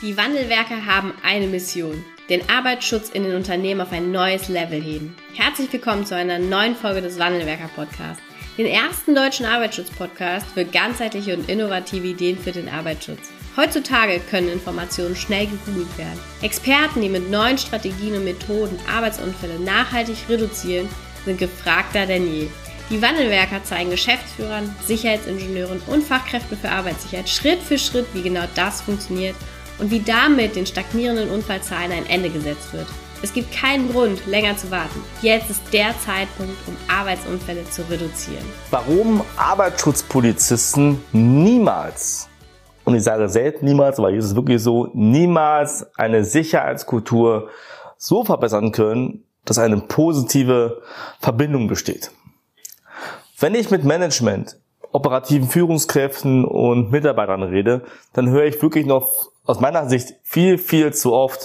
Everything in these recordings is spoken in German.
Die Wandelwerker haben eine Mission: den Arbeitsschutz in den Unternehmen auf ein neues Level heben. Herzlich willkommen zu einer neuen Folge des Wandelwerker-Podcasts, den ersten deutschen Arbeitsschutz-Podcast für ganzheitliche und innovative Ideen für den Arbeitsschutz. Heutzutage können Informationen schnell gegoogelt werden. Experten, die mit neuen Strategien und Methoden Arbeitsunfälle nachhaltig reduzieren, sind gefragter denn je. Die Wandelwerker zeigen Geschäftsführern, Sicherheitsingenieuren und Fachkräften für Arbeitssicherheit Schritt für Schritt, wie genau das funktioniert und wie damit den stagnierenden Unfallzahlen ein Ende gesetzt wird. Es gibt keinen Grund, länger zu warten. Jetzt ist der Zeitpunkt, um Arbeitsunfälle zu reduzieren. Warum Arbeitsschutzpolizisten niemals, und ich sage selten niemals, aber hier ist es wirklich so, niemals eine Sicherheitskultur so verbessern können, dass eine positive Verbindung besteht. Wenn ich mit Management, operativen Führungskräften und Mitarbeitern rede, dann höre ich wirklich noch aus meiner Sicht viel zu oft,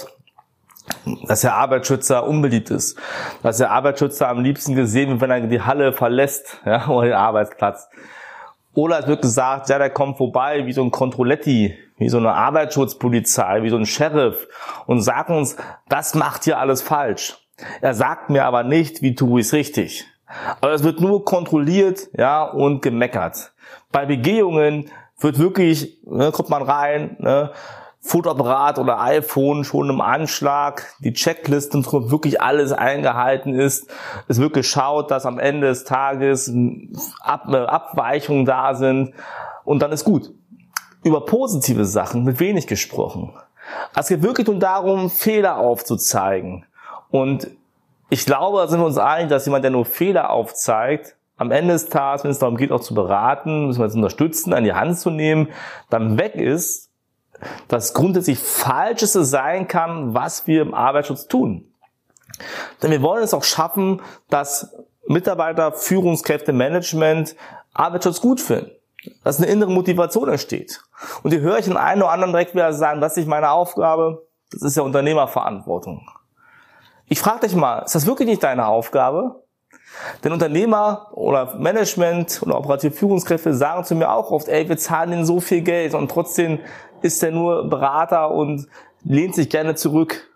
dass der Arbeitsschützer unbeliebt ist, dass der Arbeitsschützer am liebsten gesehen wird, wenn er die Halle verlässt, ja, oder den Arbeitsplatz. Oder es wird gesagt, ja, der kommt vorbei wie so ein Controletti, wie so eine Arbeitsschutzpolizei, wie so ein Sheriff und sagt uns, das macht hier alles falsch. Er sagt mir aber nicht, wie tue ich es richtig. Aber es wird nur kontrolliert, ja, und gemeckert. Bei Begehungen wird wirklich, kommt man rein, Fotoapparat oder iPhone schon im Anschlag, die Checkliste, wirklich alles eingehalten ist. Es wird geschaut, dass am Ende des Tages Abweichungen da sind und dann ist gut. Über positive Sachen wird wenig gesprochen. Es geht wirklich nur darum, Fehler aufzuzeigen. Und ich glaube, da sind wir uns einig, dass jemand, der nur Fehler aufzeigt, am Ende des Tages, wenn es darum geht, auch zu beraten, müssen wir zu unterstützen, an die Hand zu nehmen, dann weg ist, dass grundsätzlich Falscheste sein kann, was wir im Arbeitsschutz tun. Denn wir wollen es auch schaffen, dass Mitarbeiter, Führungskräfte, Management Arbeitsschutz gut finden. Dass eine innere Motivation entsteht. Und hier höre ich den einen oder anderen direkt wieder sagen, das ist nicht meine Aufgabe, das ist ja Unternehmerverantwortung. Ich frage dich mal, ist das wirklich nicht deine Aufgabe? Denn Unternehmer oder Management oder operative Führungskräfte sagen zu mir auch oft, wir zahlen denen so viel Geld und trotzdem ist er nur Berater und lehnt sich gerne zurück.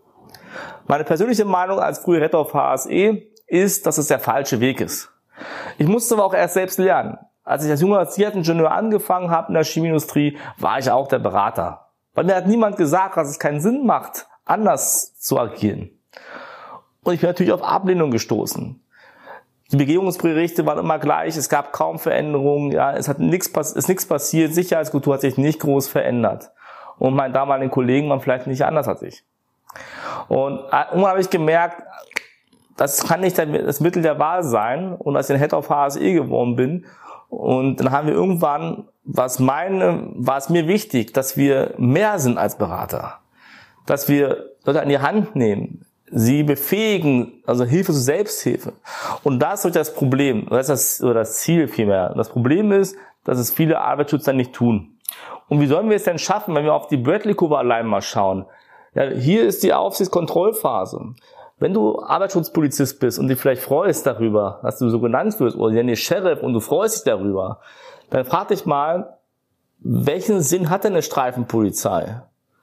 Meine persönliche Meinung als früher Retter auf HSE ist, dass es der falsche Weg ist. Ich musste aber auch erst selbst lernen. Als ich als junger Sicherheitsingenieur angefangen habe in der Chemieindustrie, war ich auch der Berater. Weil mir hat niemand gesagt, dass es keinen Sinn macht, anders zu agieren. Und ich bin natürlich auf Ablehnung gestoßen. Die Begehungsberichte waren immer gleich, es gab kaum Veränderungen, ja, ist nichts passiert, Sicherheitskultur hat sich nicht groß verändert. Und meine damaligen Kollegen waren vielleicht nicht anders als ich. Und irgendwann habe ich gemerkt, das kann nicht das Mittel der Wahl sein. Und als ich den Head of HSE geworden bin, und dann haben wir irgendwann, war es mir wichtig, dass wir mehr sind als Berater. Dass wir Leute an die Hand nehmen. Sie befähigen, also Hilfe zur Selbsthilfe. Und das ist das Problem, das ist das Ziel vielmehr. Das Problem ist, dass es viele Arbeitsschützer nicht tun. Und wie sollen wir es denn schaffen, wenn wir auf die Bradley-Kurve allein mal schauen? Ja, hier ist die Aufsichtskontrollphase. Wenn du Arbeitsschutzpolizist bist und dich vielleicht freust darüber, dass du so genannt wirst, oder der Sheriff und du freust dich darüber, dann frag dich mal, welchen Sinn hat denn eine Streifenpolizei?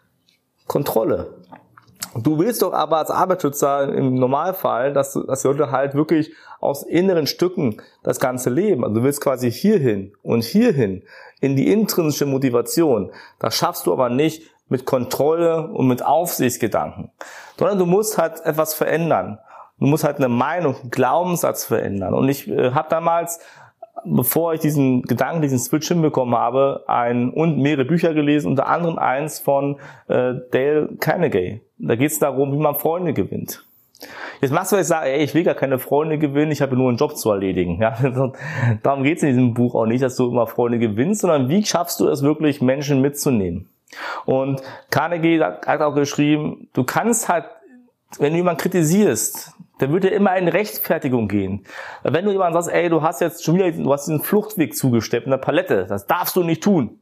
Kontrolle. Du willst doch aber als Arbeitsschützer im Normalfall, dass die Leute halt wirklich aus inneren Stücken das Ganze leben. Also du willst quasi hierhin und hierhin in die intrinsische Motivation. Das schaffst du aber nicht mit Kontrolle und mit Aufsichtsgedanken. Sondern du musst halt etwas verändern. Du musst halt eine Meinung, einen Glaubenssatz verändern. Und ich habe damals, bevor ich diesen Switch hinbekommen habe, und mehrere Bücher gelesen, unter anderem eins von Dale Carnegie. Da geht es darum, wie man Freunde gewinnt. Jetzt machst du vielleicht sagen, ich will gar keine Freunde gewinnen, ich habe nur einen Job zu erledigen. Ja, darum geht es in diesem Buch auch nicht, dass du immer Freunde gewinnst, sondern wie schaffst du es wirklich, Menschen mitzunehmen? Und Carnegie hat auch geschrieben, du kannst halt, wenn du jemanden kritisierst, dann wird dir immer in Rechtfertigung gehen. Wenn du jemanden sagst, du hast jetzt schon wieder, du hast diesen Fluchtweg zugesteppt in der Palette, das darfst du nicht tun.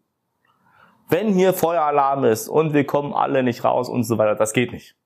Wenn hier Feueralarm ist und wir kommen alle nicht raus und so weiter, das geht nicht.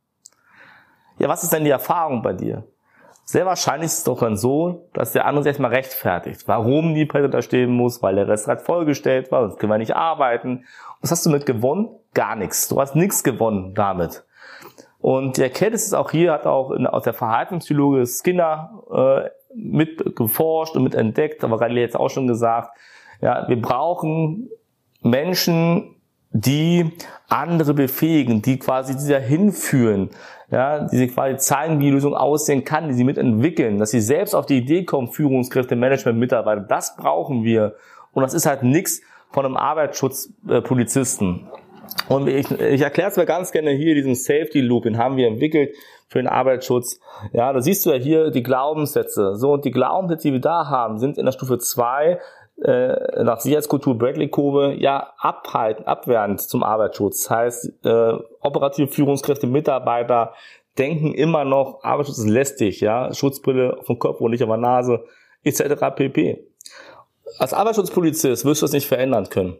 Ja, was ist denn die Erfahrung bei dir? Sehr wahrscheinlich ist es doch dann so, dass der andere sich erstmal rechtfertigt, warum die Palette da stehen muss, weil der Rest halt vollgestellt war, sonst können wir nicht arbeiten. Was hast du mit gewonnen? gar nichts. Du hast nichts gewonnen damit. Und die Erkenntnis ist auch hier, hat auch aus der Verhaltenspsychologe Skinner mit geforscht und mit entdeckt, aber gerade jetzt auch schon gesagt, ja, wir brauchen Menschen, die andere befähigen, die quasi dahin führen, ja, die sich quasi zeigen, wie die Lösung aussehen kann, die sie mitentwickeln, dass sie selbst auf die Idee kommen, Führungskräfte, Management, Mitarbeiter. Das brauchen wir. Und das ist halt nichts von einem Arbeitsschutzpolizisten. Und ich erkläre es mir ganz gerne hier, diesen Safety Loop, den haben wir entwickelt für den Arbeitsschutz. Ja, da siehst du ja hier die Glaubenssätze. So, und die Glaubenssätze, die wir da haben, sind in der Stufe 2 nach Sicherheitskultur Bradley-Kurve ja abwertend zum Arbeitsschutz. Das heißt, operative Führungskräfte, Mitarbeiter denken immer noch, Arbeitsschutz ist lästig, ja, Schutzbrille auf dem Kopf und nicht auf der Nase, etc. pp. Als Arbeitsschutzpolizist wirst du das nicht verändern können.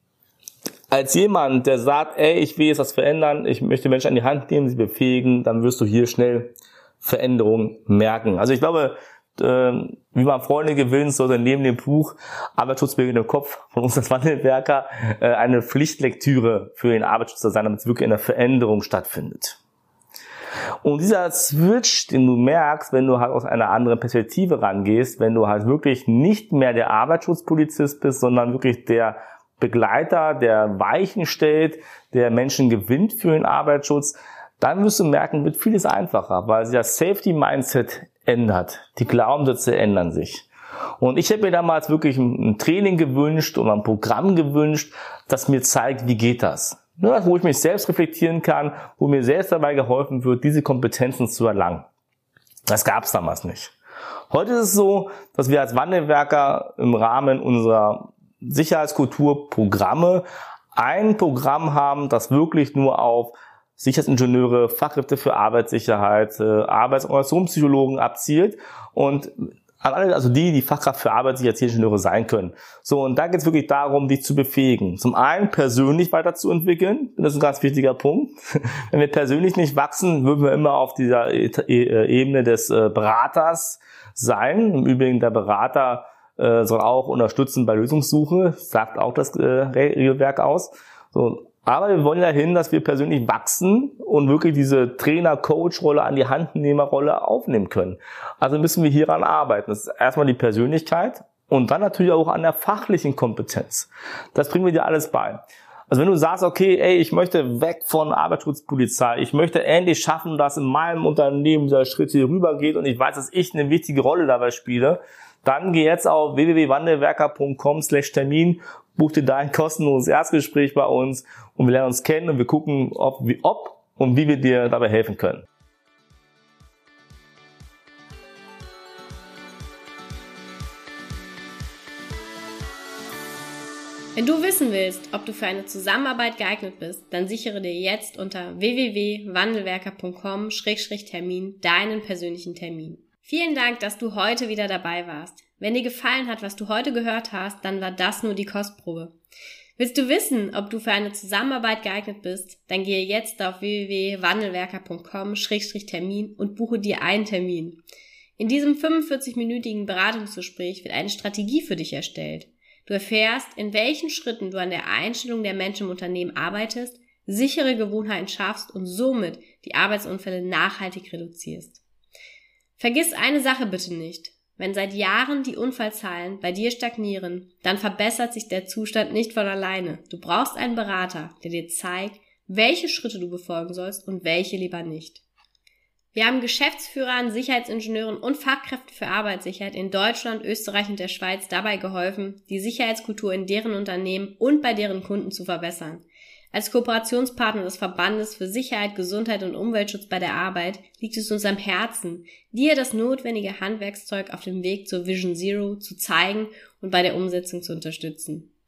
Als jemand, der sagt, ey, ich will jetzt was verändern, ich möchte Menschen an die Hand nehmen, sie befähigen, dann wirst du hier schnell Veränderungen merken. Also ich glaube, wie man Freunde gewinnt, sollte neben dem Buch Arbeitsschutzbildung im Kopf von uns als Wandelwerker eine Pflichtlektüre für den Arbeitsschutz sein, damit es wirklich eine Veränderung stattfindet. Und dieser Switch, den du merkst, wenn du halt aus einer anderen Perspektive rangehst, wenn du halt wirklich nicht mehr der Arbeitsschutzpolizist bist, sondern wirklich der Begleiter, der Weichen stellt, der Menschen gewinnt für den Arbeitsschutz, dann wirst du merken, wird vieles einfacher, weil sich das Safety-Mindset ändert. Die Glaubenssätze ändern sich. Und ich habe mir damals wirklich ein Training gewünscht oder ein Programm gewünscht, das mir zeigt, wie geht das. Ja, wo ich mich selbst reflektieren kann, wo mir selbst dabei geholfen wird, diese Kompetenzen zu erlangen. Das gab es damals nicht. Heute ist es so, dass wir als Wandelwerker im Rahmen unserer Sicherheitskulturprogramme ein Programm haben, das wirklich nur auf Sicherheitsingenieure, Fachkräfte für Arbeitssicherheit, Arbeits- und Organisationspsychologen abzielt und an alle, also die Fachkraft für Arbeitssicherheitsingenieure sein können. So, und da geht es wirklich darum, dich zu befähigen. Zum einen persönlich weiterzuentwickeln, das ist ein ganz wichtiger Punkt. Wenn wir persönlich nicht wachsen, würden wir immer auf dieser Ebene des Beraters sein. Im Übrigen, der Berater soll auch unterstützen bei Lösungssuche, sagt auch das Regelwerk aus. So, aber wir wollen dahin, dass wir persönlich wachsen und wirklich diese Trainer-Coach-Rolle an die Handnehmerrolle aufnehmen können. Also müssen wir hieran arbeiten. Das ist erstmal die Persönlichkeit und dann natürlich auch an der fachlichen Kompetenz. Das bringen wir dir alles bei. Also wenn du sagst, okay, ey, ich möchte weg von Arbeitsschutzpolizei, ich möchte endlich schaffen, dass in meinem Unternehmen dieser Schritt hier rübergeht und ich weiß, dass ich eine wichtige Rolle dabei spiele, dann geh jetzt auf www.wandelwerker.com/Termin, buch dir da ein kostenloses Erstgespräch bei uns und wir lernen uns kennen und wir gucken, ob und wie wir dir dabei helfen können. Wenn du wissen willst, ob du für eine Zusammenarbeit geeignet bist, dann sichere dir jetzt unter www.wandelwerker.com/Termin deinen persönlichen Termin. Vielen Dank, dass du heute wieder dabei warst. Wenn dir gefallen hat, was du heute gehört hast, dann war das nur die Kostprobe. Willst du wissen, ob du für eine Zusammenarbeit geeignet bist, dann gehe jetzt auf www.wandelwerker.com/Termin und buche dir einen Termin. In diesem 45-minütigen Beratungsgespräch wird eine Strategie für dich erstellt. Du erfährst, in welchen Schritten du an der Einstellung der Menschen im Unternehmen arbeitest, sichere Gewohnheiten schaffst und somit die Arbeitsunfälle nachhaltig reduzierst. Vergiss eine Sache bitte nicht. Wenn seit Jahren die Unfallzahlen bei dir stagnieren, dann verbessert sich der Zustand nicht von alleine. Du brauchst einen Berater, der dir zeigt, welche Schritte du befolgen sollst und welche lieber nicht. Wir haben Geschäftsführern, Sicherheitsingenieuren und Fachkräften für Arbeitssicherheit in Deutschland, Österreich und der Schweiz dabei geholfen, die Sicherheitskultur in deren Unternehmen und bei deren Kunden zu verbessern. Als Kooperationspartner des Verbandes für Sicherheit, Gesundheit und Umweltschutz bei der Arbeit liegt es uns am Herzen, dir das notwendige Handwerkszeug auf dem Weg zur Vision Zero zu zeigen und bei der Umsetzung zu unterstützen.